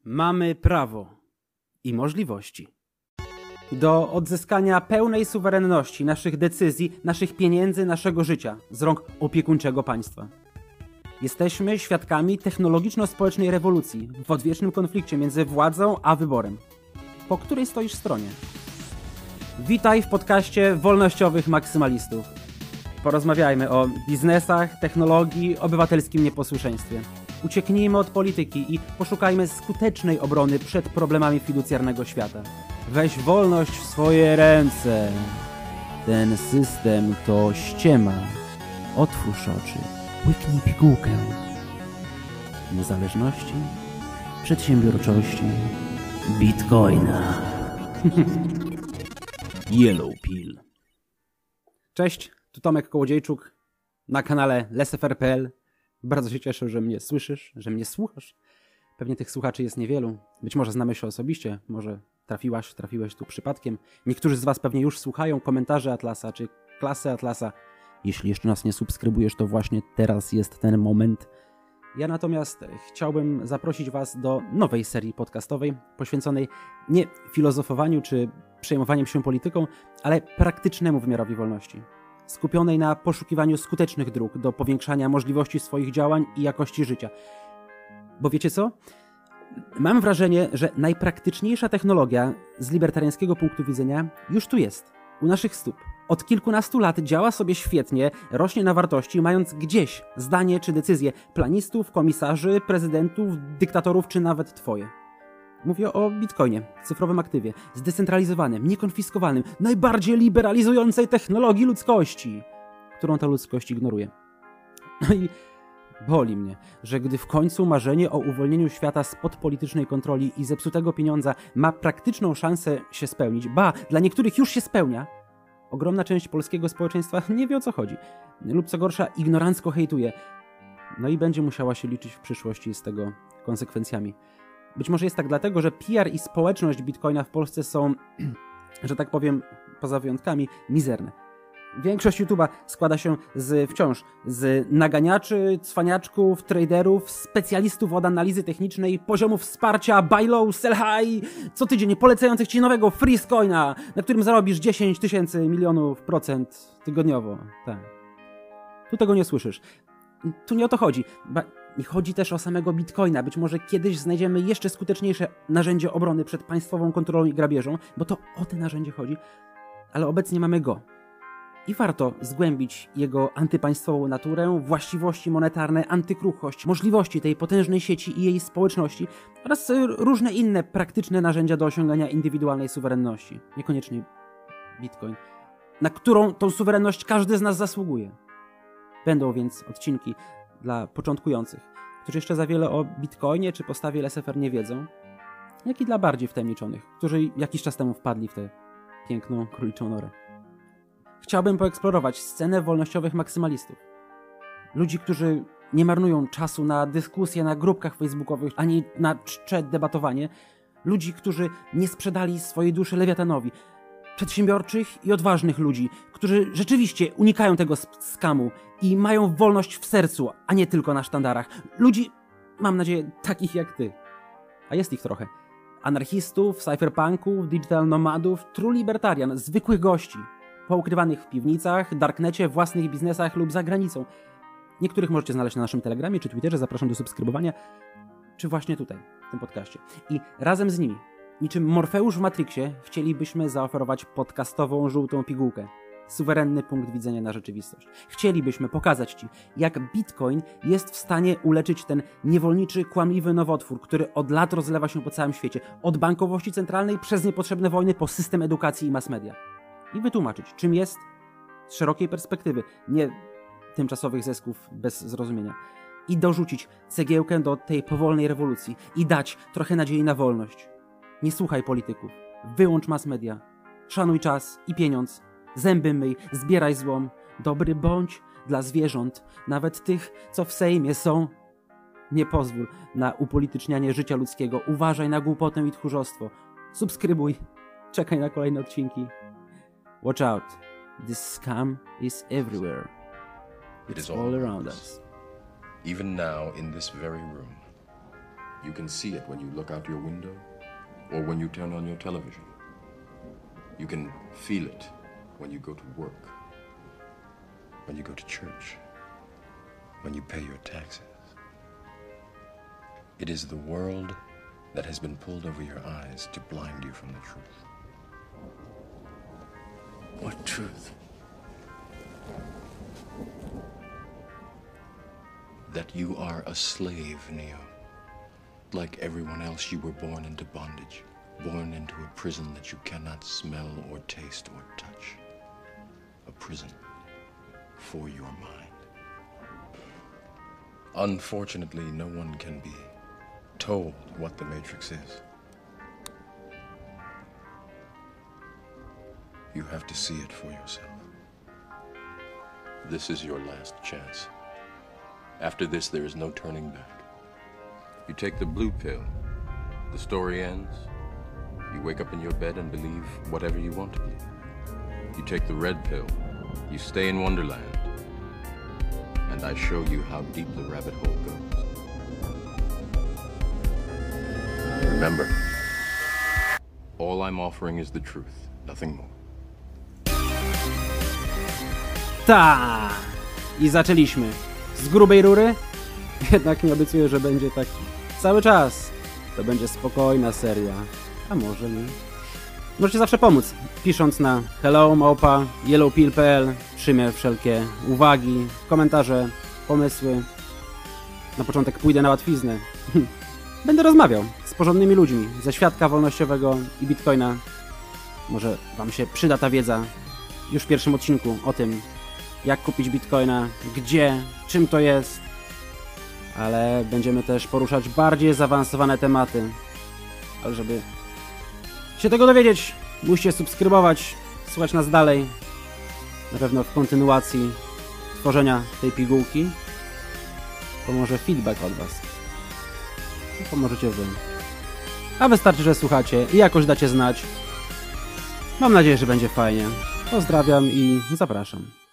Mamy prawo i możliwości do odzyskania pełnej suwerenności naszych decyzji, naszych pieniędzy, naszego życia z rąk opiekuńczego państwa. Jesteśmy świadkami technologiczno-społecznej rewolucji w odwiecznym konflikcie między władzą a wyborem. Po której stoisz stronie? Witaj w podcaście wolnościowych maksymalistów. Porozmawiajmy o biznesach, technologii, obywatelskim nieposłuszeństwie. Ucieknijmy od polityki i poszukajmy skutecznej obrony przed problemami fiducjarnego świata. Weź wolność w swoje ręce. Ten system to ściema. Otwórz oczy, łyknij pigułkę. Niezależności, przedsiębiorczości, bitcoina. Yellow Pill. Cześć, tu Tomek Kołodziejczuk na kanale lesefr.pl. Bardzo się cieszę, że mnie słyszysz, że mnie słuchasz. Pewnie tych słuchaczy jest niewielu. Być może znamy się osobiście, może trafiłeś tu przypadkiem. Niektórzy z was pewnie już słuchają komentarzy Atlasa czy klasy Atlasa. Jeśli jeszcze nas nie subskrybujesz, to właśnie teraz jest ten moment. Ja natomiast chciałbym zaprosić was do nowej serii podcastowej, poświęconej nie filozofowaniu czy przejmowaniu się polityką, ale praktycznemu wymiarowi wolności. Skupionej na poszukiwaniu skutecznych dróg do powiększania możliwości swoich działań i jakości życia. Bo wiecie co? Mam wrażenie, że najpraktyczniejsza technologia z libertariańskiego punktu widzenia już tu jest, u naszych stóp. Od kilkunastu lat działa sobie świetnie, rośnie na wartości, mając gdzieś zdanie czy decyzję planistów, komisarzy, prezydentów, dyktatorów czy nawet twoje. Mówię o bitcoinie, cyfrowym aktywie, zdecentralizowanym, niekonfiskowalnym, najbardziej liberalizującej technologii ludzkości, którą ta ludzkość ignoruje. No i boli mnie, że gdy w końcu marzenie o uwolnieniu świata spod politycznej kontroli i zepsutego pieniądza ma praktyczną szansę się spełnić, ba, dla niektórych już się spełnia, ogromna część polskiego społeczeństwa nie wie, o co chodzi. Lub co gorsza, ignorancko hejtuje. No i będzie musiała się liczyć w przyszłości z tego konsekwencjami. Być może jest tak dlatego, że PR i społeczność bitcoina w Polsce są, że tak powiem, poza wyjątkami, mizerne. Większość YouTube'a składa się wciąż z naganiaczy, cwaniaczków, traderów, specjalistów od analizy technicznej, poziomów wsparcia, buy low, sell high, co tydzień polecających ci nowego freecoina, na którym zarobisz 10 000 milionów procent tygodniowo. Tak. Tu tego nie słyszysz. Tu nie o to chodzi. Nie chodzi też o samego bitcoina. Być może kiedyś znajdziemy jeszcze skuteczniejsze narzędzie obrony przed państwową kontrolą i grabieżą, bo to o te narzędzie chodzi. Ale obecnie mamy go. I warto zgłębić jego antypaństwową naturę, właściwości monetarne, antykruchość, możliwości tej potężnej sieci i jej społeczności oraz różne inne praktyczne narzędzia do osiągania indywidualnej suwerenności. Niekoniecznie bitcoin. Na którą tą suwerenność każdy z nas zasługuje. Będą więc odcinki dla początkujących, którzy jeszcze za wiele o bitcoinie czy postawie laissez-faire nie wiedzą, jak i dla bardziej wtajemniczonych, którzy jakiś czas temu wpadli w tę piękną króliczą norę. Chciałbym poeksplorować scenę wolnościowych maksymalistów. Ludzi, którzy nie marnują czasu na dyskusje na grupkach facebookowych, ani na czcze debatowanie. Ludzi, którzy nie sprzedali swojej duszy lewiatanowi. Przedsiębiorczych i odważnych ludzi, którzy rzeczywiście unikają tego skamu i mają wolność w sercu, a nie tylko na sztandarach. Ludzi, mam nadzieję, takich jak ty. A jest ich trochę. Anarchistów, cypherpunków, digital nomadów, true libertarian, zwykłych gości. Poukrywanych w piwnicach, darknecie, własnych biznesach lub za granicą. Niektórych możecie znaleźć na naszym Telegramie czy Twitterze, zapraszam do subskrybowania, czy właśnie tutaj, w tym podcaście. I razem z nimi, niczym Morfeusz w Matrixie, chcielibyśmy zaoferować podcastową żółtą pigułkę. Suwerenny punkt widzenia na rzeczywistość. Chcielibyśmy pokazać ci, jak Bitcoin jest w stanie uleczyć ten niewolniczy, kłamliwy nowotwór, który od lat rozlewa się po całym świecie. Od bankowości centralnej przez niepotrzebne wojny po system edukacji i mass media. I wytłumaczyć, czym jest z szerokiej perspektywy, nie tymczasowych zysków bez zrozumienia. I dorzucić cegiełkę do tej powolnej rewolucji i dać trochę nadziei na wolność. Nie słuchaj polityków, wyłącz mass media, szanuj czas i pieniądz, zęby myj, zbieraj złom, dobry bądź dla zwierząt, nawet tych, co w Sejmie są. Nie pozwól na upolitycznianie życia ludzkiego, uważaj na głupotę i tchórzostwo. Subskrybuj, czekaj na kolejne odcinki. Watch out, this scam is everywhere. It's all around us. Even now in this very room. You can see it when you look out your window or when you turn on your television. You can feel it when you go to work, when you go to church, when you pay your taxes. It is the world that has been pulled over your eyes to blind you from the truth. What truth? That you are a slave, Neo. Like everyone else, you were born into bondage, born into a prison that you cannot smell or taste or touch. A prison for your mind. Unfortunately, no one can be told what the Matrix is. You have to see it for yourself. This is your last chance. After this, there is no turning back. You take the blue pill, the story ends. You wake up in your bed and believe whatever you want to believe. You take the red pill, you stay in Wonderland, and I show you how deep the rabbit hole goes. Remember, all I'm offering is the truth, nothing more. Ta! I zaczęliśmy. Z grubej rury? Jednak nie obiecuję, że będzie tak cały czas. To będzie spokojna seria. A może nie? Możecie zawsze pomóc, pisząc na hello@yellowpill.pl. Przyjmę wszelkie uwagi, komentarze, pomysły. Na początek pójdę na łatwiznę. Będę rozmawiał z porządnymi ludźmi ze świadka wolnościowego i Bitcoina. Może wam się przyda ta wiedza już w pierwszym odcinku o tym, jak kupić Bitcoina, gdzie, czym to jest. Ale będziemy też poruszać bardziej zaawansowane tematy. Ale żeby się tego dowiedzieć, musicie subskrybować, słuchać nas dalej. Na pewno w kontynuacji tworzenia tej pigułki pomoże feedback od was. I pomożecie wy. A wystarczy, że słuchacie i jakoś dacie znać. Mam nadzieję, że będzie fajnie. Pozdrawiam i zapraszam.